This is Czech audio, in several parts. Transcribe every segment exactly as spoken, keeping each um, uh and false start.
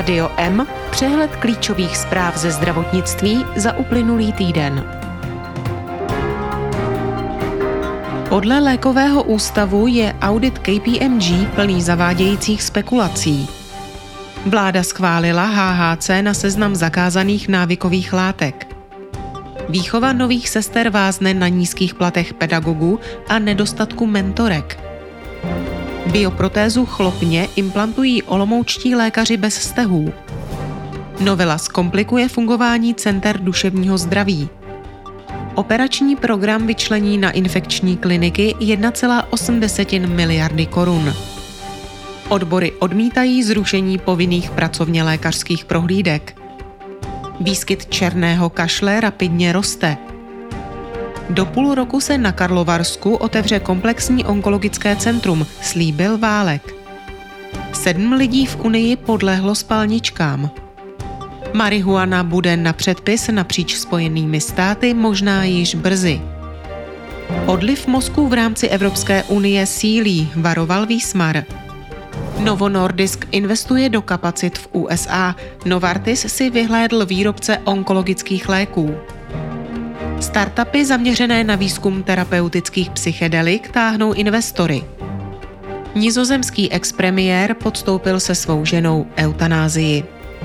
Rádio M, přehled klíčových zpráv ze zdravotnictví za uplynulý týden. Podle Lékového ústavu je audit K P M G plný zavádějících spekulací. Vláda schválila H H C na seznam zakázaných návykových látek. Výchova nových sester vázne na nízkých platech pedagogů a nedostatku mentorek. Bioprotézu chlopně implantují olomoučtí lékaři bez stehů. Novela zkomplikuje fungování center duševního zdraví. Operační program vyčlení na infekční kliniky jedna celá osm miliardy korun. Odbory odmítají zrušení povinných pracovně lékařských prohlídek. Výskyt černého kašle rapidně roste. Do půl roku se na Karlovarsku otevře komplexní onkologické centrum, slíbil Válek. Sedm lidí v Unii podlehlo spalničkám. Marihuana bude na předpis napříč Spojenými státy možná již brzy. Odliv mozků v rámci Evropské unie sílí, varoval Výsmar. Novo Nordisk investuje do kapacit v U S A. Novartis si vyhlédl výrobce onkologických léků. Startupy zaměřené na výzkum terapeutických psychedelik táhnou investory. Nizozemský expremiér podstoupil se svou ženou eutanázii.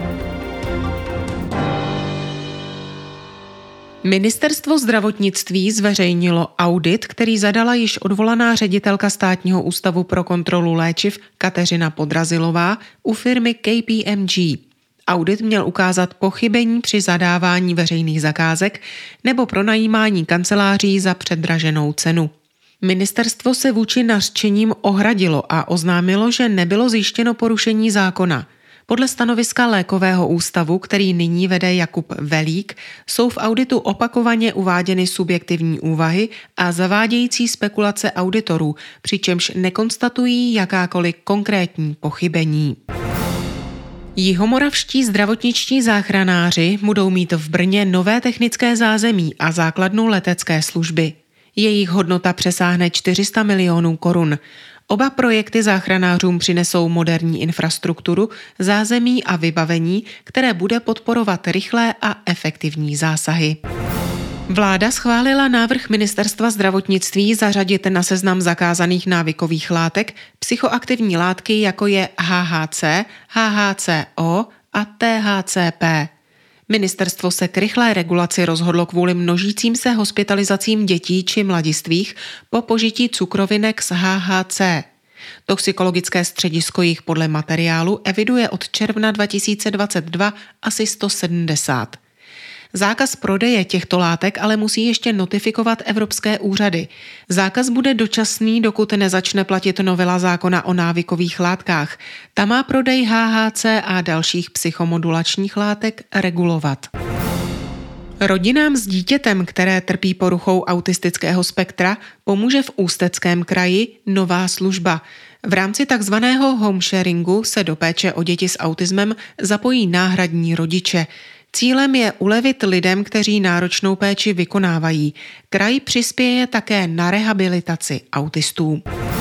Ministerstvo zdravotnictví zveřejnilo audit, který zadala již odvolaná ředitelka Státního ústavu pro kontrolu léčiv Kateřina Podrazilová u firmy K P M G. Audit měl ukázat pochybení při zadávání veřejných zakázek nebo pronajímání kanceláří za předraženou cenu. Ministerstvo se vůči nařčením ohradilo a oznámilo, že nebylo zjištěno porušení zákona. Podle stanoviska Lékového ústavu, který nyní vede Jakub Velík, jsou v auditu opakovaně uváděny subjektivní úvahy a zavádějící spekulace auditorů, přičemž nekonstatují jakákoliv konkrétní pochybení. Jihomoravští zdravotničtí záchranáři budou mít v Brně nové technické zázemí a základnu letecké služby. Jejich hodnota přesáhne čtyři sta milionů korun. Oba projekty záchranářům přinesou moderní infrastrukturu, zázemí a vybavení, které bude podporovat rychlé a efektivní zásahy. Vláda schválila návrh Ministerstva zdravotnictví zařadit na seznam zakázaných návykových látek psychoaktivní látky, jako je H H C, H H C O a T H C P. Ministerstvo se k rychlé regulaci rozhodlo kvůli množícím se hospitalizacím dětí či mladistvých po požití cukrovinek s H H C. Toxikologické středisko jich podle materiálu eviduje od června dva tisíce dvacet dva asi sto sedmdesát. Zákaz prodeje těchto látek ale musí ještě notifikovat evropské úřady. Zákaz bude dočasný, dokud nezačne platit novela zákona o návykových látkách. Ta má prodej H H C a dalších psychomodulačních látek regulovat. Rodinám s dítětem, které trpí poruchou autistického spektra, pomůže v Ústeckém kraji nová služba. V rámci takzvaného home sharingu se do péče o děti s autismem zapojí náhradní rodiče. Cílem je ulevit lidem, kteří náročnou péči vykonávají. Kraj přispěje také na rehabilitaci autistů.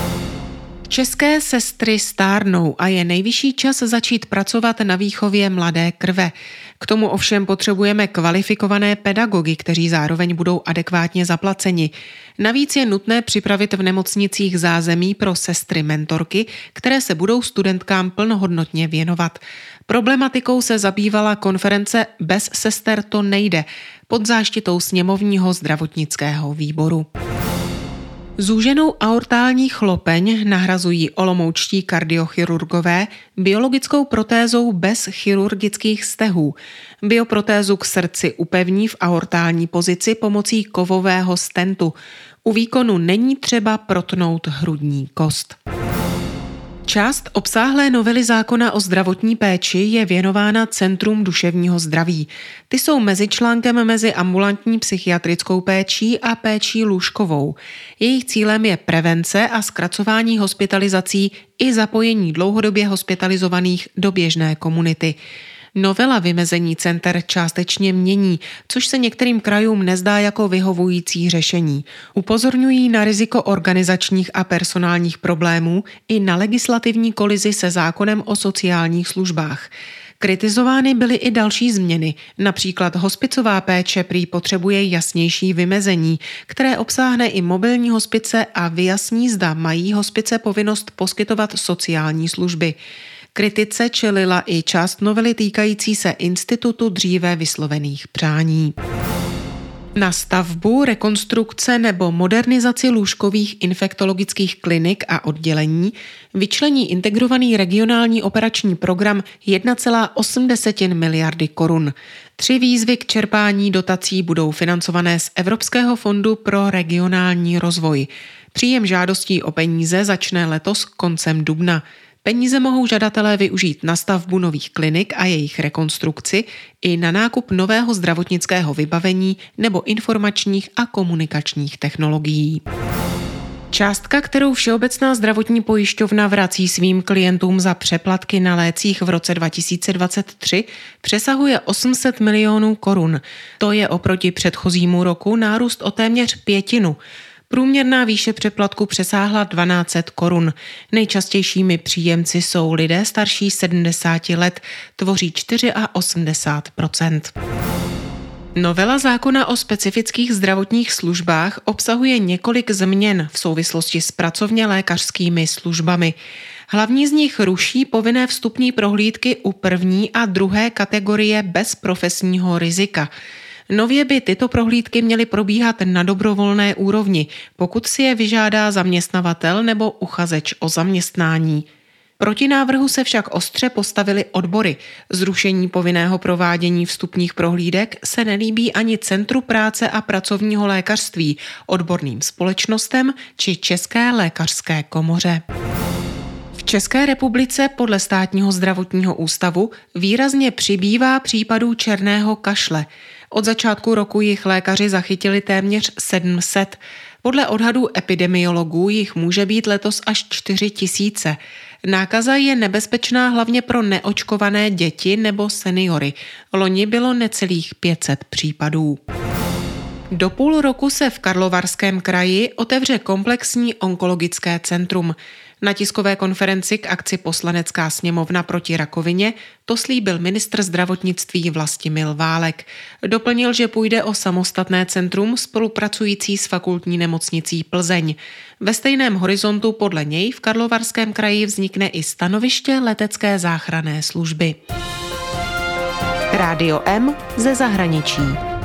České sestry stárnou a je nejvyšší čas začít pracovat na výchově mladé krve. K tomu ovšem potřebujeme kvalifikované pedagogy, kteří zároveň budou adekvátně zaplaceni. Navíc je nutné připravit v nemocnicích zázemí pro sestry mentorky, které se budou studentkám plnohodnotně věnovat. Problematikou se zabývala konference Bez sester to nejde pod záštitou sněmovního zdravotnického výboru. Zúženou aortální chlopeň nahrazují olomoučtí kardiochirurgové biologickou protézou bez chirurgických stehů. Bioprotézu k srdci upevní v aortální pozici pomocí kovového stentu. U výkonu není třeba protnout hrudní kost. Část obsáhlé novely zákona o zdravotní péči je věnována Centrum duševního zdraví. Ty jsou mezičlánkem mezi ambulantní psychiatrickou péčí a péčí lůžkovou. Jejich cílem je prevence a zkracování hospitalizací i zapojení dlouhodobě hospitalizovaných do běžné komunity. Novela vymezení center částečně mění, což se některým krajům nezdá jako vyhovující řešení. Upozorňují na riziko organizačních a personálních problémů i na legislativní kolizi se zákonem o sociálních službách. Kritizovány byly i další změny, například hospicová péče prý potřebuje jasnější vymezení, které obsáhne i mobilní hospice a vyjasní, zda mají hospice povinnost poskytovat sociální služby. Kritice čelila i část novely týkající se institutu dříve vyslovených přání. Na stavbu, rekonstrukce nebo modernizaci lůžkových infektologických klinik a oddělení vyčlení integrovaný regionální operační program jedna celá osm miliardy korun. Tři výzvy k čerpání dotací budou financované z Evropského fondu pro regionální rozvoj. Příjem žádostí o peníze začne letos koncem dubna. Peníze mohou žadatelé využít na stavbu nových klinik a jejich rekonstrukci i na nákup nového zdravotnického vybavení nebo informačních a komunikačních technologií. Částka, kterou Všeobecná zdravotní pojišťovna vrací svým klientům za přeplatky na lécích v roce dva tisíce dvacet tři, přesahuje osm set milionů korun. To je oproti předchozímu roku nárůst o téměř pětinu. Průměrná výše přeplatku přesáhla dvanáct set korun. Nejčastějšími příjemci jsou lidé starší sedmdesáti let, tvoří osmdesát čtyři procent. Novela zákona o specifických zdravotních službách obsahuje několik změn v souvislosti s pracovně lékařskými službami. Hlavní z nich ruší povinné vstupní prohlídky u první a druhé kategorie bez profesního rizika. Nově by tyto prohlídky měly probíhat na dobrovolné úrovni, pokud si je vyžádá zaměstnavatel nebo uchazeč o zaměstnání. Proti návrhu se však ostře postavily odbory. Zrušení povinného provádění vstupních prohlídek se nelíbí ani Centru práce a pracovního lékařství, odborným společnostem či České lékařské komoře. V České republice podle Státního zdravotního ústavu výrazně přibývá případů černého kašle. Od začátku roku jich lékaři zachytili téměř sedm set. Podle odhadů epidemiologů jich může být letos až čtyři tisíce. Nákaza je nebezpečná hlavně pro neočkované děti nebo seniory. Loni bylo necelých pět set případů. Do půl roku se v Karlovarském kraji otevře komplexní onkologické centrum. Na tiskové konferenci k akci Poslanecká sněmovna proti rakovině to slíbil ministr zdravotnictví Vlastimil Válek. Doplnil, že půjde o samostatné centrum spolupracující s fakultní nemocnicí Plzeň. Ve stejném horizontu podle něj v Karlovarském kraji vznikne i stanoviště letecké záchranné služby. Rádio M ze zahraničí.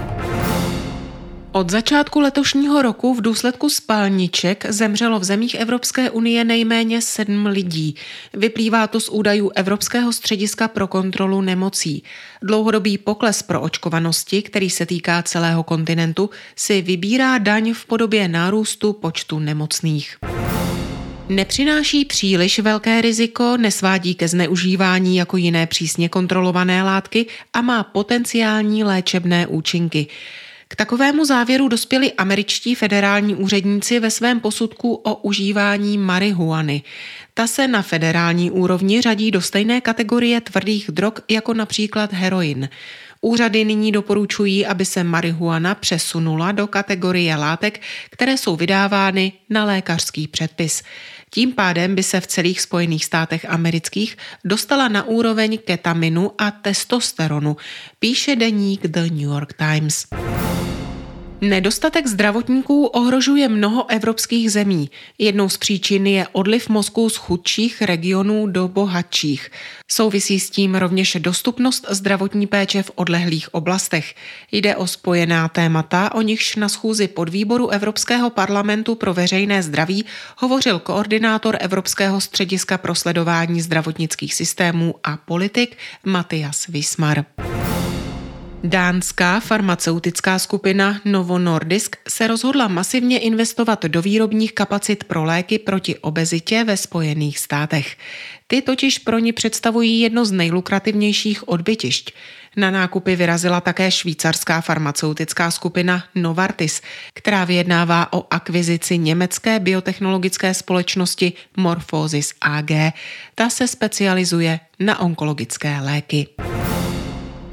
Od začátku letošního roku v důsledku spalniček zemřelo v zemích Evropské unie nejméně sedm lidí. Vyplývá to z údajů Evropského střediska pro kontrolu nemocí. Dlouhodobý pokles proočkovanosti, který se týká celého kontinentu, si vybírá daň v podobě nárůstu počtu nemocných. Nepřináší příliš velké riziko, nesvádí ke zneužívání jako jiné přísně kontrolované látky a má potenciální léčebné účinky. K takovému závěru dospěli američtí federální úředníci ve svém posudku o užívání marihuany. Ta se na federální úrovni řadí do stejné kategorie tvrdých drog jako například heroin. Úřady nyní doporučují, aby se marihuana přesunula do kategorie látek, které jsou vydávány na lékařský předpis. Tím pádem by se v celých Spojených státech amerických dostala na úroveň ketaminu a testosteronu, píše deník The New York Times. Nedostatek zdravotníků ohrožuje mnoho evropských zemí. Jednou z příčin je odliv mozků z chudších regionů do bohatších. Souvisí s tím rovněž dostupnost zdravotní péče v odlehlých oblastech. Jde o spojená témata, o nichž na schůzi podvýboru Evropského parlamentu pro veřejné zdraví hovořil koordinátor Evropského střediska pro sledování zdravotnických systémů a politik Mattias Wismar. Dánská farmaceutická skupina Novo Nordisk se rozhodla masivně investovat do výrobních kapacit pro léky proti obezitě ve Spojených státech. Ty totiž pro ní představují jedno z nejlukrativnějších odbytišť. Na nákupy vyrazila také švýcarská farmaceutická skupina Novartis, která vyjednává o akvizici německé biotechnologické společnosti MorphoSys A G. Ta se specializuje na onkologické léky.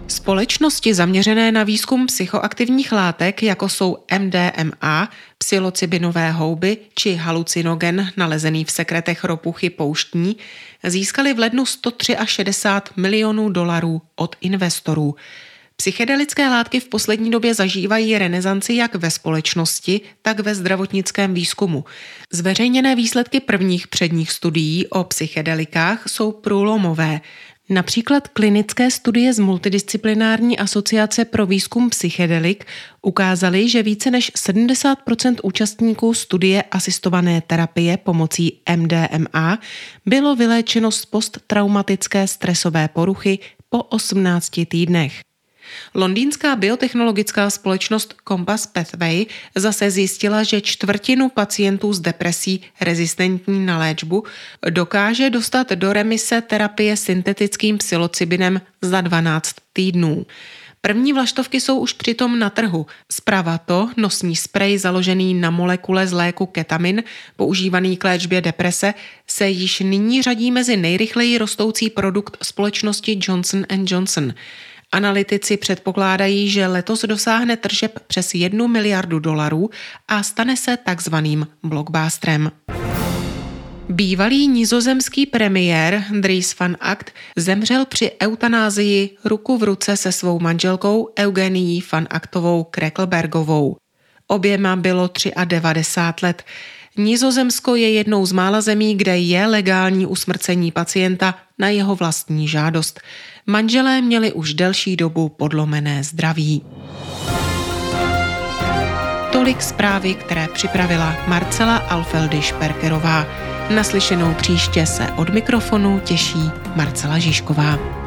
Společnosti zaměřené na výzkum psychoaktivních látek, jako jsou M D M A, psilocybinové houby či halucinogen nalezený v sekretech ropuchy pouštní, získaly v lednu sto šedesát tři milionů dolarů od investorů. Psychedelické látky v poslední době zažívají renesanci jak ve společnosti, tak ve zdravotnickém výzkumu. Zveřejněné výsledky prvních předních studií o psychedelikách jsou průlomové. Například klinické studie z Multidisciplinární asociace pro výzkum psychedelik ukázaly, že více než sedmdesát procent účastníků studie asistované terapie pomocí M D M A bylo vyléčeno z posttraumatické stresové poruchy po osmnácti týdnech. Londýnská biotechnologická společnost Compass Pathway zase zjistila, že čtvrtinu pacientů s depresí rezistentní na léčbu dokáže dostat do remise terapie syntetickým psilocybinem za dvanáct týdnů. První vlaštovky jsou už přitom na trhu. Spravato, nosní sprej založený na molekule z léku ketamin, používaný k léčbě deprese, se již nyní řadí mezi nejrychleji rostoucí produkt společnosti Johnson and Johnson. Analytici předpokládají, že letos dosáhne tržeb přes jednu miliardu dolarů a stane se takzvaným blockbusterem. Bývalý nizozemský premiér Dries van Agt zemřel při eutanázii ruku v ruce se svou manželkou Eugenií van Agtovou Krekkelbergovou. Oběma bylo devadesát tři let. Nizozemsko je jednou z mála zemí, kde je legální usmrcení pacienta na jeho vlastní žádost. Manželé měli už delší dobu podlomené zdraví. Tolik zprávy, které připravila Marcela Alfeldy-Šperkerová. Naslyšenou příště se od mikrofonu těší Marcela Žižková.